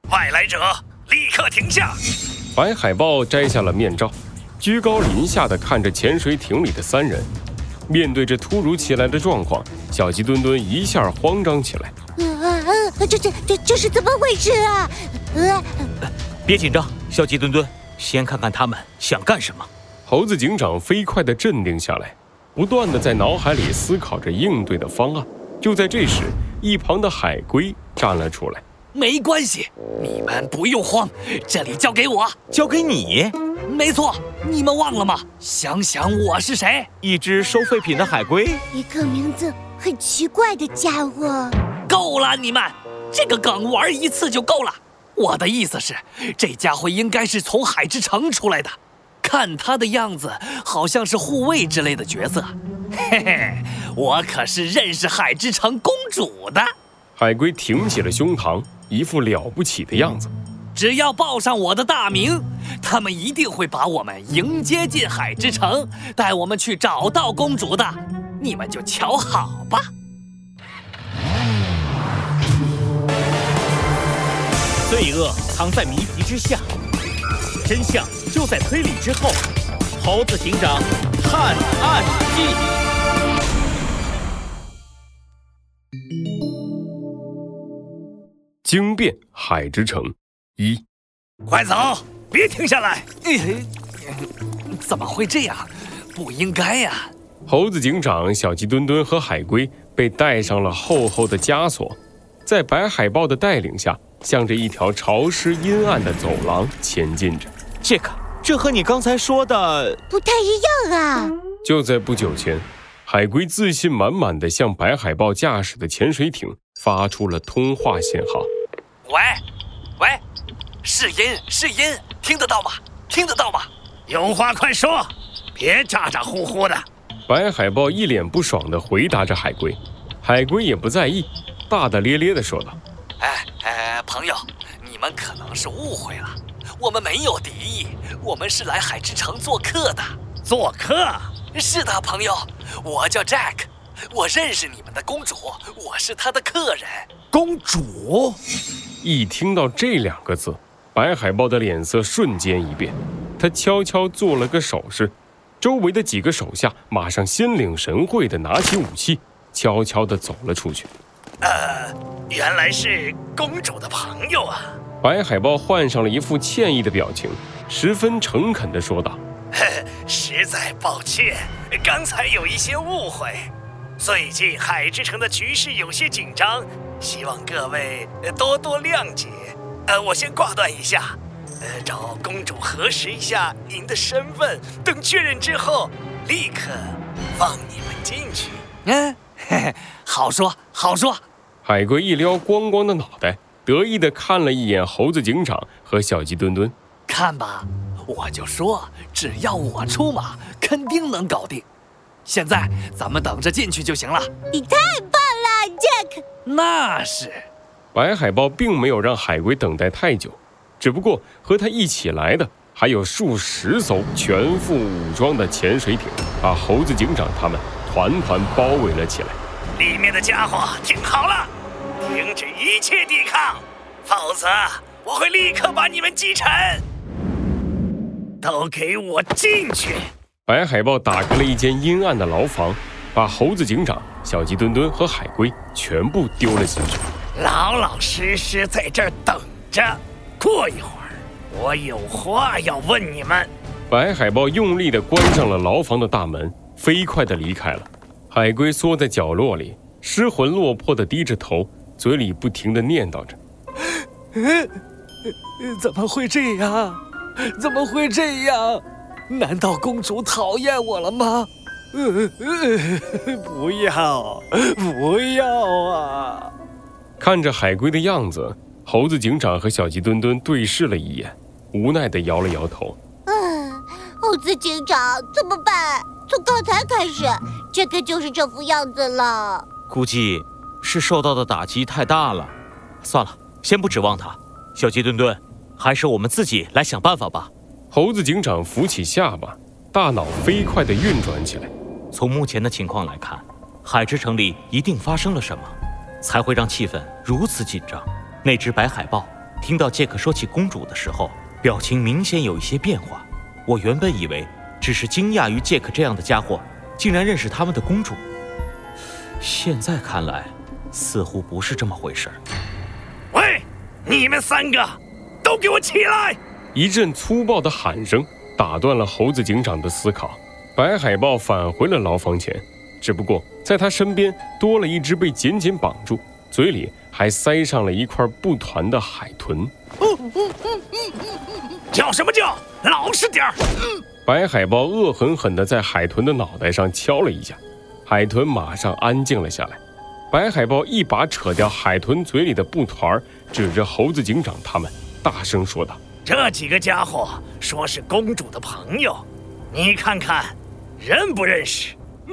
外来者立刻停下！ 白海豹摘下了面罩，居高临下地看着潜水艇里的3人。面对这突如其来的状况，小鸡墩墩一下慌张起来。 这是怎么回事啊？ 别紧张，小鸡墩墩，先看看他们想干什么。 猴子警长飞快地镇定下来，不断地在脑海里思考着应对的方案。就在这时，一旁的海龟站了出来。 没关系，你们不用慌，这里交给我。 交给你？ 没错，你们忘了吗？想想我是谁？ 一只收废品的海龟， 一个名字很奇怪的家伙。 够了，你们这个梗玩一次就够了。我的意思是，这家伙应该是从海之城出来的，看他的样子，好像是护卫之类的角色。嘿嘿，我可是认识海之城公主的。 海龟挺起了胸膛，一副了不起的样子。 只要报上我的大名，他们一定会把我们迎接进海之城，带我们去找到公主的。你们就瞧好吧。 罪恶藏在谜题之下，真相就在推理之后。猴子警长探案记。 惊变海之城1。 快走，别停下来！怎么会这样？不应该呀！ 猴子警长、小鸡墩墩和海龟被带上了厚厚的枷锁，在白海豹的带领下，向着一条潮湿阴暗的走廊前进着。 杰克，这和你刚才说的不太一样啊！ 就在不久前，海龟自信满满地向白海豹驾驶的潜水艇发出了通话信号。 喂，是音，听得到吗？听得到吗？有话快说，别咋咋呼呼的。 白海豹一脸不爽地回答着海龟，海龟也不在意，大大咧咧地说道： 朋友，你们可能是误会了，我们没有敌意，我们是来海之城做客的。做客？是的，朋友，我叫 Jack， 我认识你们的公主，我是她的客人。公主？ 一听到这2个字，白海豹的脸色瞬间一变，他悄悄做了个手势，周围的几个手下马上心领神会地拿起武器，悄悄地走了出去。 原来是公主的朋友啊！ 白海豹换上了一副歉意的表情，十分诚恳地说道： 实在抱歉，刚才有一些误会。最近海之城的局势有些紧张，希望各位多多谅解。我先挂断一下，找公主核实一下您的身份，等确认之后，立刻放你们进去。好说好说。 海龟一撩光光的脑袋，得意地看了一眼猴子警长和小鸡墩墩。 看吧，我就说，只要我出马，肯定能搞定。现在咱们等着进去就行了。 你太棒了 ，Jack！ 那是。 白海豹并没有让海龟等待太久，只不过和他一起来的还有数十艘全副武装的潜水艇，把猴子警长他们团团包围了起来。 里面的家伙听好了，停止一切抵抗，否则我会立刻把你们击沉。都给我进去！ 白海豹打开了一间阴暗的牢房，把猴子警长、小鸡墩墩和海龟全部丢了进去。 老老实实在这儿等着，过一会儿我有话要问你们。 白海豹用力地关上了牢房的大门，飞快地离开了。海龟缩在角落里，失魂落魄地低着头，嘴里不停地念叨着： 怎么会这样？怎么会这样？难道公主讨厌我了吗？不要啊！ 看着海龟的样子，猴子警长和小鸡墩墩对视了一眼，无奈地摇了摇头。 猴子警长怎么办？从刚才开始，这个就是这副样子了。 估计是受到的打击太大了。算了，先不指望他。小鸡墩墩，还是我们自己来想办法吧。 猴子警长扶起下巴，大脑飞快地运转起来。 从目前的情况来看，海之城里一定发生了什么，才会让气氛如此紧张。那只白海豹听到杰克说起公主的时候，表情明显有一些变化。我原本以为只是惊讶于杰克这样的家伙竟然认识他们的公主，现在看来似乎不是这么回事。 喂，你们3个都给我起来！ 一阵粗暴的喊声打断了猴子警长的思考。白海豹返回了牢房前，只不过在他身边多了一只被紧紧绑住，嘴里还塞上了一块布团的海豚。 叫什么叫？老实点儿！ 白海豹恶狠狠地在海豚的脑袋上敲了一下，海豚马上安静了下来。白海豹一把扯掉海豚嘴里的布团，指着猴子警长他们，大声说道：“ 这几个家伙说是公主的朋友，你看看，认不认识？”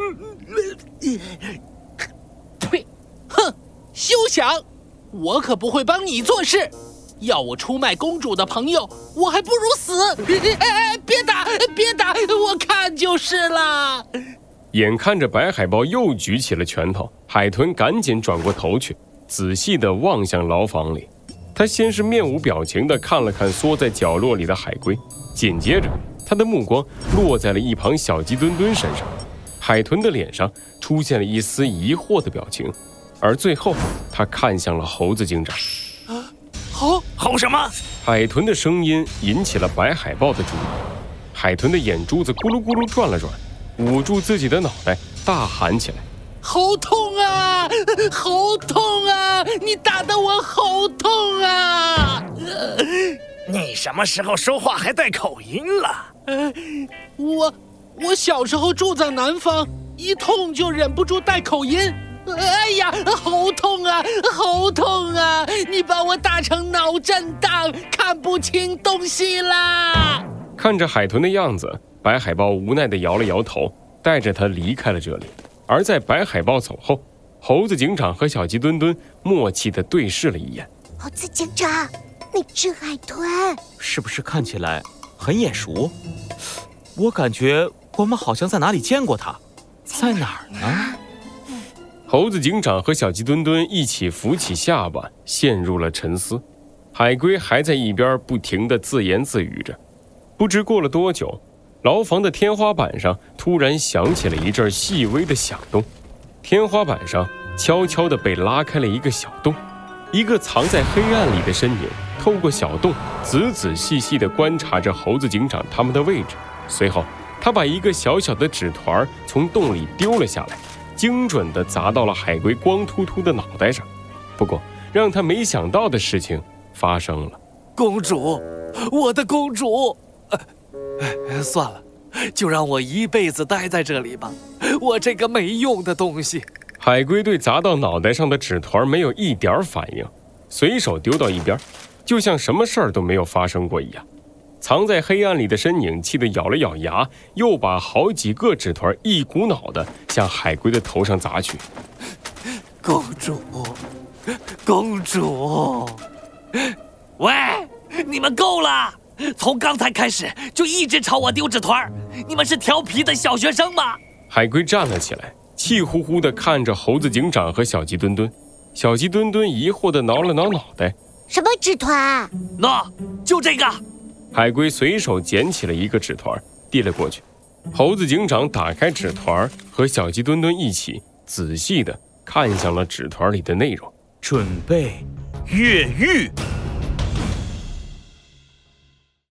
呸！哼，休想！我可不会帮你做事。要我出卖公主的朋友，我还不如死！别打，别打，我看就是了。 眼看着白海豹又举起了拳头，海豚赶紧转过头去，仔细地望向牢房里。他先是面无表情地看了看缩在角落里的海龟，紧接着他的目光落在了一旁小鸡墩墩身上。海豚的脸上出现了一丝疑惑的表情，而最后他看向了猴子警长。 吼什么？ 海豚的声音引起了白海豹的注意，海豚的眼珠子咕噜咕噜转了转，捂住自己的脑袋，大喊起来：“ 好痛啊！好痛啊！你打得我好痛啊！” 你什么时候说话还带口音了？ 我小时候住在南方，一痛就忍不住带口音。哎呀，好痛啊，好痛啊！你把我打成脑震荡，看不清东西啦！ 看着海豚的样子，白海豹无奈地摇了摇头，带着他离开了这里。而在白海豹走后，猴子警长和小鸡墩墩默契地对视了一眼。 猴子警长，那只海豚是不是看起来很眼熟？我感觉我们好像在哪里见过它，在哪儿呢？ 猴子警长和小鸡墩墩一起扶起下巴，陷入了沉思。海龟还在一边不停地自言自语着。不知过了多久，牢房的天花板上突然响起了一阵细微的响动，天花板上悄悄地被拉开了一个小洞，一个藏在黑暗里的身影透过小洞仔仔细细地观察着猴子警长他们的位置。随后他把一个小小的纸团从洞里丢了下来，精准地砸到了海龟光秃秃的脑袋上。不过让他没想到的事情发生了。 公主，我的公主，算了，就让我一辈子待在这里吧，我这个没用的东西。 海龟对砸到脑袋上的纸团没有一点反应，随手丢到一边，就像什么事儿都没有发生过一样。藏在黑暗里的身影气得咬了咬牙，又把好几个纸团一股脑地向海龟的头上砸去。 公主，公主，喂，你们够了！从刚才开始就一直朝我丢纸团，你们是调皮的小学生吗？ 海龟站了起来，气呼呼地看着猴子警长和小鸡墩墩。小鸡墩墩疑惑地挠了挠脑袋：“ 什么纸团？ 那就这个。” 海龟随手捡起了一个纸团，递了过去。猴子警长打开纸团，和小鸡墩墩一起仔细地看向了纸团里的内容。 准备越狱。